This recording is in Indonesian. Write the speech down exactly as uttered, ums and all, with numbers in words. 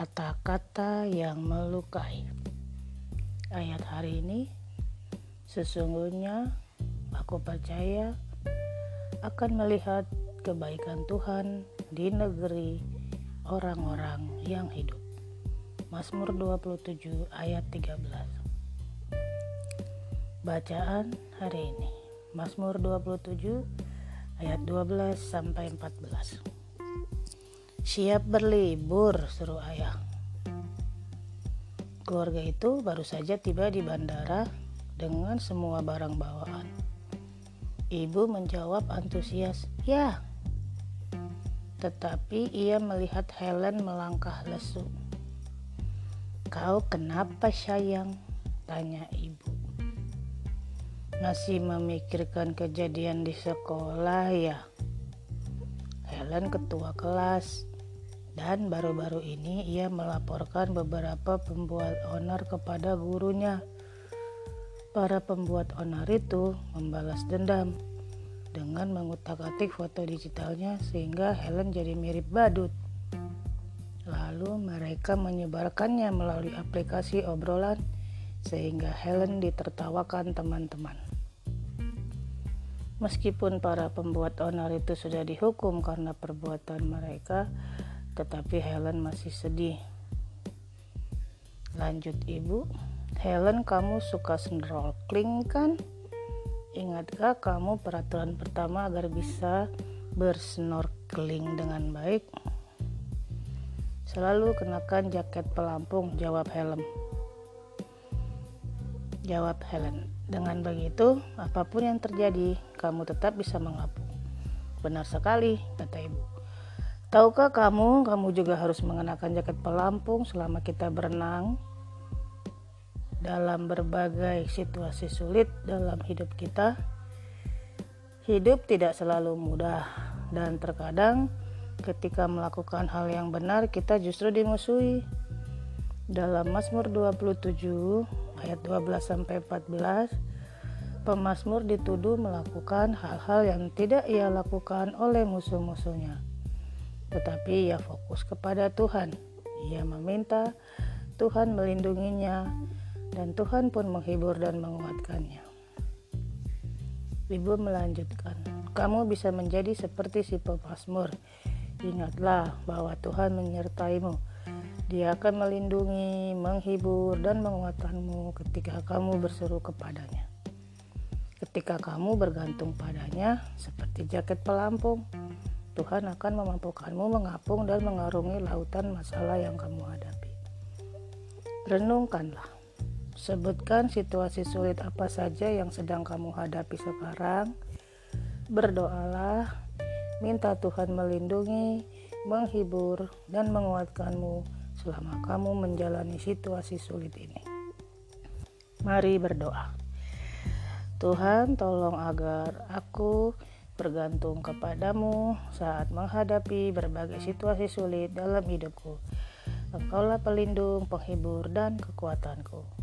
Kata-kata yang melukai. Ayat hari ini, sesungguhnya aku percaya akan melihat kebaikan Tuhan di negeri orang-orang yang hidup. Mazmur dua puluh tujuh ayat tiga belas. Bacaan hari ini, Mazmur dua puluh tujuh ayat dua belas sampai empat belas. Siap berlibur, seru ayah. Keluarga itu baru saja tiba di bandara dengan semua barang bawaan. Ibu menjawab antusias, "Ya." Tetapi ia melihat Helen melangkah lesu. "Kau kenapa, sayang?" tanya ibu. "Masih memikirkan kejadian di sekolah ya?" Helen ketua kelas, dan baru-baru ini ia melaporkan beberapa pembuat onar kepada gurunya. Para pembuat onar itu membalas dendam dengan mengutak-atik foto digitalnya sehingga Helen jadi mirip badut. Lalu mereka menyebarkannya melalui aplikasi obrolan sehingga Helen ditertawakan teman-teman. Meskipun para pembuat onar itu sudah dihukum karena perbuatan mereka, tetapi Helen masih sedih. Lanjut ibu, "Helen, kamu suka snorkeling kan? Ingatkah kamu peraturan pertama agar bisa bersnorkeling dengan baik? Selalu kenakan jaket pelampung," jawab Helen. Jawab Helen. "Dengan begitu, apapun yang terjadi, kamu tetap bisa mengapung." "Benar sekali," kata ibu. "Tahukah kamu, kamu juga harus mengenakan jaket pelampung selama kita berenang? Dalam berbagai situasi sulit dalam hidup kita, hidup tidak selalu mudah, dan terkadang ketika melakukan hal yang benar kita justru dimusuhi." Dalam Mazmur dua puluh tujuh ayat dua belas sampai empat belas, pemazmur dituduh melakukan hal-hal yang tidak ia lakukan oleh musuh-musuhnya. Tetapi ia fokus kepada Tuhan. Ia meminta Tuhan melindunginya, dan Tuhan pun menghibur dan menguatkannya. Ibu melanjutkan, "Kamu bisa menjadi seperti si pemazmur. Ingatlah bahwa Tuhan menyertaimu. Dia akan melindungi, menghibur, dan menguatkanmu ketika kamu berseru kepadanya. Ketika kamu bergantung padanya seperti jaket pelampung, Tuhan akan memampukanmu mengapung dan mengarungi lautan masalah yang kamu hadapi." Renungkanlah. Sebutkan situasi sulit apa saja yang sedang kamu hadapi sekarang. Berdoalah, minta Tuhan melindungi, menghibur, dan menguatkanmu selama kamu menjalani situasi sulit ini. Mari berdoa. Tuhan, tolong agar aku bergantung kepadamu saat menghadapi berbagai situasi sulit dalam hidupku. Engkaulah pelindung, penghibur, dan kekuatanku.